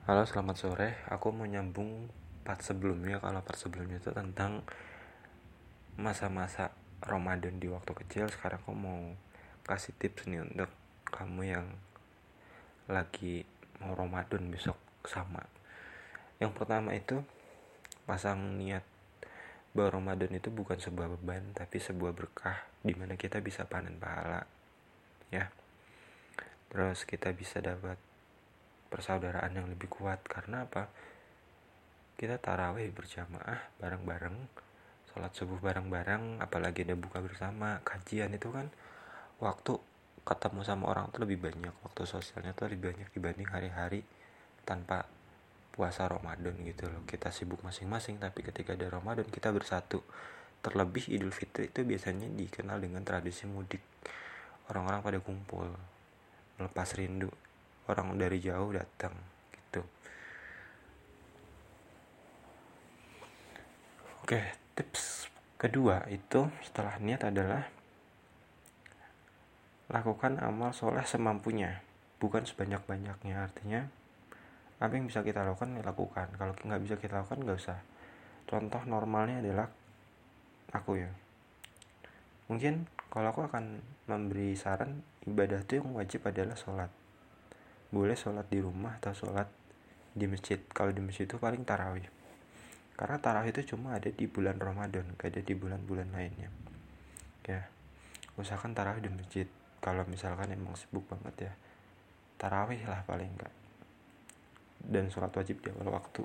Halo, selamat sore. Aku mau nyambung part sebelumnya. Kalau part sebelumnya itu tentang masa-masa Ramadan di waktu kecil. Sekarang aku mau kasih tips nih untuk kamu yang lagi mau Ramadan besok sama. Yang pertama itu pasang niat bahwa Ramadan itu bukan sebuah beban, tapi sebuah berkah di mana kita bisa panen pahala, ya. Terus kita bisa dapat persaudaraan yang lebih kuat karena apa? Kita tarawih berjamaah bareng-bareng, sholat subuh bareng-bareng, apalagi ada buka bersama, kajian itu kan waktu ketemu sama orang tuh lebih banyak, waktu sosialnya tuh lebih banyak dibanding hari-hari tanpa puasa Ramadan gitu loh. Kita sibuk masing-masing, tapi ketika ada Ramadan kita bersatu. Terlebih Idul Fitri itu biasanya dikenal dengan tradisi mudik. Orang-orang pada kumpul, melepas rindu, orang dari jauh datang gitu. Oke, tips kedua itu setelah niat adalah lakukan amal soleh semampunya, bukan sebanyak-banyaknya. Artinya apa yang bisa kita lakukan ya lakukan, kalau nggak bisa kita lakukan nggak usah. Contoh normalnya adalah aku ya, mungkin kalau aku akan memberi saran, ibadah itu yang wajib adalah sholat. Boleh sholat di rumah atau sholat di masjid. Kalau di masjid itu paling tarawih, karena tarawih itu cuma ada di bulan Ramadan, gak ada di bulan-bulan lainnya ya. Usahakan tarawih di masjid. Kalau misalkan emang sibuk banget ya, tarawih lah paling enggak, dan sholat wajib di awal waktu.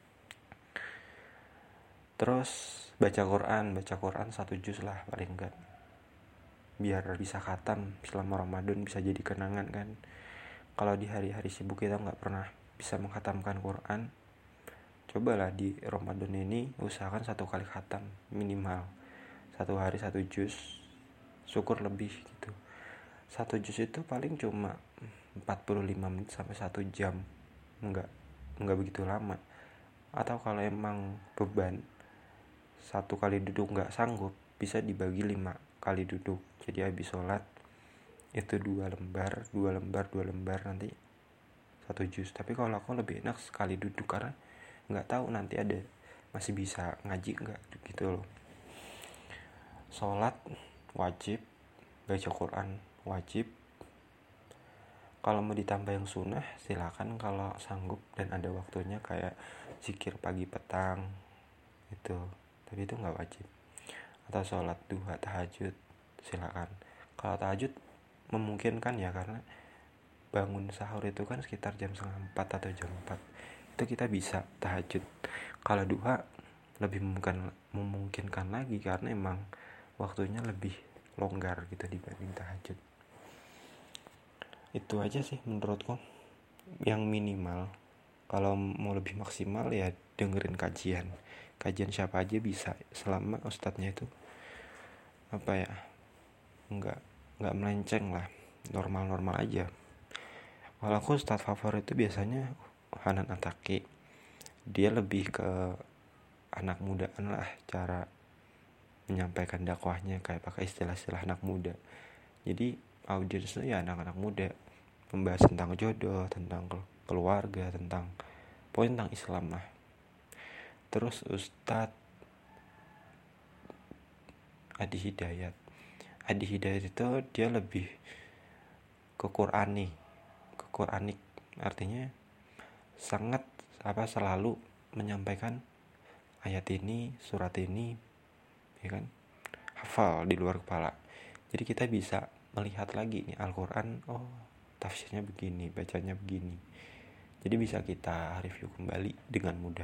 Terus baca Quran 1 juz lah paling enggak, biar bisa khatam selama Ramadan, bisa jadi kenangan kan. Kalau di hari-hari sibuk kita nggak pernah bisa menghatamkan Quran, cobalah di Ramadan ini usahakan 1 kali khatam minimal, 1 hari 1 juz, syukur lebih gitu. 1 juz itu paling cuma 45 menit sampai 1 jam, nggak begitu lama. Atau kalau emang beban 1 kali duduk nggak sanggup, bisa dibagi 5 kali duduk. Jadi habis sholat itu 2 lembar nanti 1 juz. Tapi kalau aku lebih enak sekali duduk, karena nggak tahu nanti ada masih bisa ngaji nggak gitu loh. Sholat wajib, baca Quran wajib. Kalau mau ditambah yang sunnah silakan kalau sanggup dan ada waktunya, kayak zikir pagi petang itu, tapi itu nggak wajib. Atau sholat duha, tahajud silakan. Kalau tahajud memungkinkan ya, karena bangun sahur itu kan sekitar jam 3:30 atau jam 4, itu kita bisa tahajud. Kalau duha lebih memungkinkan lagi, karena emang waktunya lebih longgar gitu dibanding tahajud. Itu aja sih menurutku yang minimal. Kalau mau lebih maksimal ya dengerin kajian siapa aja bisa, selama ustadznya itu apa ya, nggak melenceng lah, normal aja. Kalau aku ustadz favorit itu biasanya Hanan Ataki. Dia lebih ke anak mudaan lah, cara menyampaikan dakwahnya kayak pakai istilah-istilah anak muda. Jadi audiensnya ya anak-anak muda, membahas tentang jodoh, tentang keluarga, tentang Islam lah. Terus Ustadz Adi Hidayat itu dia lebih ke Quranik, artinya sangat selalu menyampaikan ayat ini, surat ini, ya kan, hafal di luar kepala. Jadi kita bisa melihat lagi nih Al-Quran, oh tafsirnya begini, bacanya begini. Jadi bisa kita review kembali dengan mudah.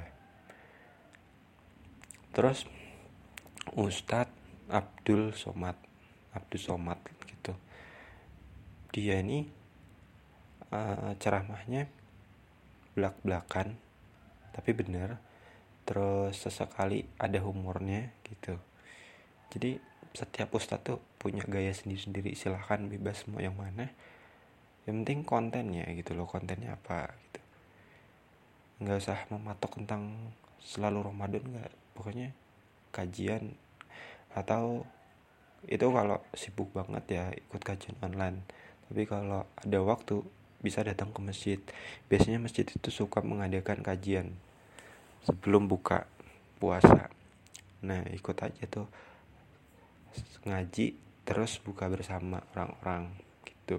Terus Ustadz Abdul Somad gitu. Dia ini ceramahnya belak-belakan tapi benar. Terus sesekali ada humornya gitu. Jadi setiap ustadz tuh punya gaya sendiri-sendiri, silahkan bebas mau yang mana. Yang penting kontennya gitu loh, kontennya apa gitu. Nggak usah mematok tentang selalu Ramadan, nggak. Pokoknya kajian, atau itu kalau sibuk banget ya ikut kajian online. Tapi kalau ada waktu bisa datang ke masjid. Biasanya masjid itu suka mengadakan kajian sebelum buka puasa. Nah, ikut aja tuh ngaji terus buka bersama orang-orang gitu.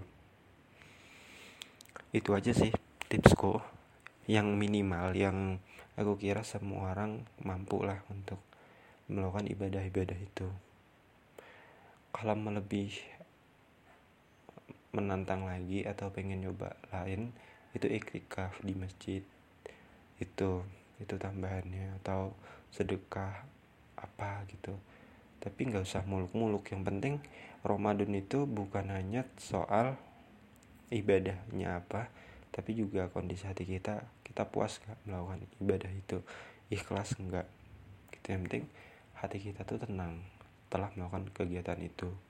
Itu aja sih tipsku yang minimal, yang aku kira semua orang mampu lah untuk melakukan ibadah-ibadah itu. Kalau lebih menantang lagi atau pengen nyoba lain, itu iktikaf di masjid. Itu tambahannya, atau sedekah apa gitu. Tapi nggak usah muluk-muluk. Yang penting Ramadan itu bukan hanya soal ibadahnya apa, tapi juga kondisi hati kita puas nggak melakukan ibadah itu, ikhlas nggak gitu. Yang penting hati kita tuh tenang setelah melakukan kegiatan itu.